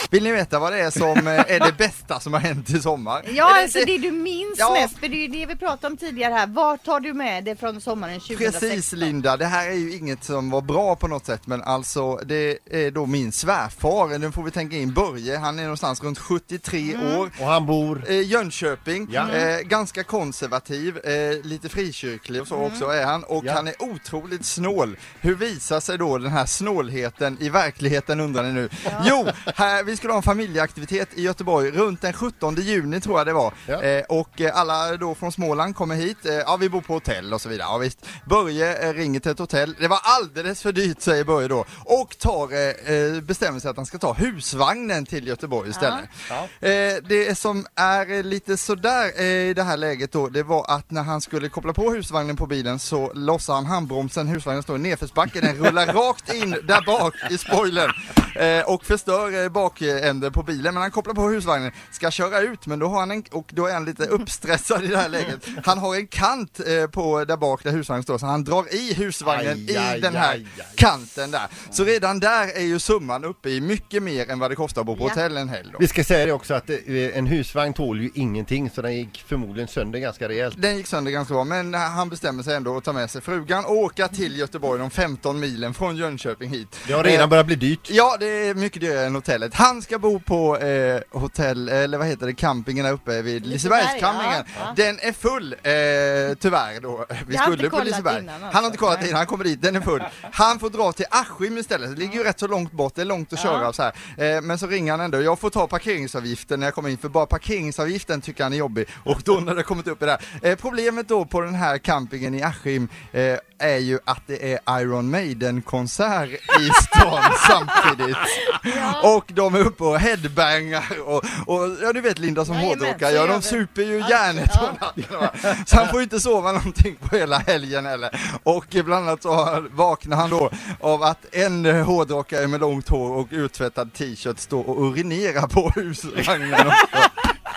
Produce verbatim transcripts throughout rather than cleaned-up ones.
Vill ni veta vad det är som är det bästa som har hänt i sommar? Ja, det, alltså det du minns ja. mest, för det är ju det vi pratade om tidigare här. Vad tar du med dig från sommaren tjugohundrasexton? Precis Linda, det här är ju inget som var bra på något sätt, men alltså det är då min svärfar, nu får vi tänka in Börje, han är någonstans runt sjuttiotre mm. år. Och han bor i Jönköping, ja. eh, ganska konservativ, eh, lite frikyrklig och så mm. också är han, och ja. han är otroligt snål. Hur visar sig då den här snålheten i verkligheten, undrar ni nu? Ja. Jo, här, vi skulle ha en familjeaktivitet i Göteborg runt den sjuttonde juni tror jag det var, ja. eh, och alla då från Småland kommer hit, eh, ja vi bor på hotell och så vidare, ja visst. Börje eh, ringer till ett hotell, det var alldeles för dyrt säger Börje då, och tar, eh, bestämmer sig att han ska ta husvagnen till Göteborg istället. Ja. Ja. Eh, det som är lite sådär eh, i det här läget då, det var att när han skulle koppla på husvagnen på bilen så lossar han handbromsen, husvagnen står i nedförsbacke, den rullar rakt in där bak i spoilern eh, och förstör eh, bakänden på bilen, men han kopplar på husvagnen, ska köra ut, men då har han en, och då är han lite uppstressad i det här läget. Han har en kant eh, på där bak där husvagnen står, så han drar i husvagnen aj, i aj, den här aj, aj. kanten där. Så redan där är ju summan uppe i mycket mer än vad det kostar att bo på ja. hotell en helg då. Vi ska säga det också att en husvagn tål ju ingenting, så den gick förmodligen sönder ganska rejält. Den gick sönder ganska bra, men han bestämmer sig ändå att ta med sig frugan och åka till Göteborg de femton milen från Jönköping hit. Det har redan eh, börjat bli dyrt. Ja, det är mycket dyrare än hotellet. Han ska bo på eh, hotell, eller vad heter det, campingen där uppe vid Lisebergscampingen. Ja, ja. Den är full, eh, tyvärr då. Vi jag skulle på Liseberg. Innan, alltså. Han har inte kollat innan, han kommer dit, den är full. Han får dra till Askim istället, det ligger ju rätt så långt bort, det är långt att köra ja. så här. Eh, men så ringer han ändå, jag får ta parkeringsavgiften när jag kommer in, för bara parkeringsavgiften tycker han är jobbig. Och då när det kommit upp i det här. Eh, problemet då på den här campingen i Askim eh, är ju att det är Iron Maiden-konsert i stan samtidigt. Ja. Och de är uppe och headbangar och, och ja, du vet Linda som hårdrockar, ja, de super ju järnet ja. Så han får ju inte sova någonting på hela helgen eller. Och bland annat så vaknar han då av att en hårdrockare med långt hår och uttvättad t-shirt står och urinerar på husvagnen också.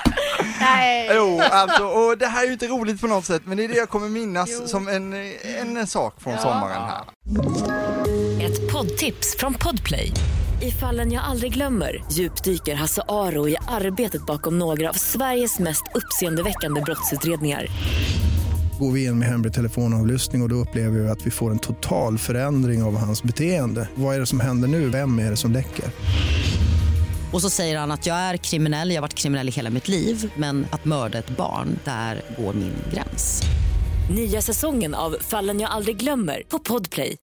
Nej. Jo, alltså, och det här är ju inte roligt på något sätt, men det är det jag kommer minnas jo. som en, en, en sak från ja. sommaren här. Ett poddtips från Podplay. I Fallen jag aldrig glömmer djupdyker Hasse Aro i arbetet bakom några av Sveriges mest uppseendeväckande brottsutredningar. Går vi in med hemlig telefonavlyssning och då upplever vi att vi får en total förändring av hans beteende. Vad är det som händer nu? Vem är det som läcker? Och så säger han att jag är kriminell, jag har varit kriminell i hela mitt liv, men att mörda ett barn, där går min gräns. Nya säsongen av Fallen jag aldrig glömmer på Podplay.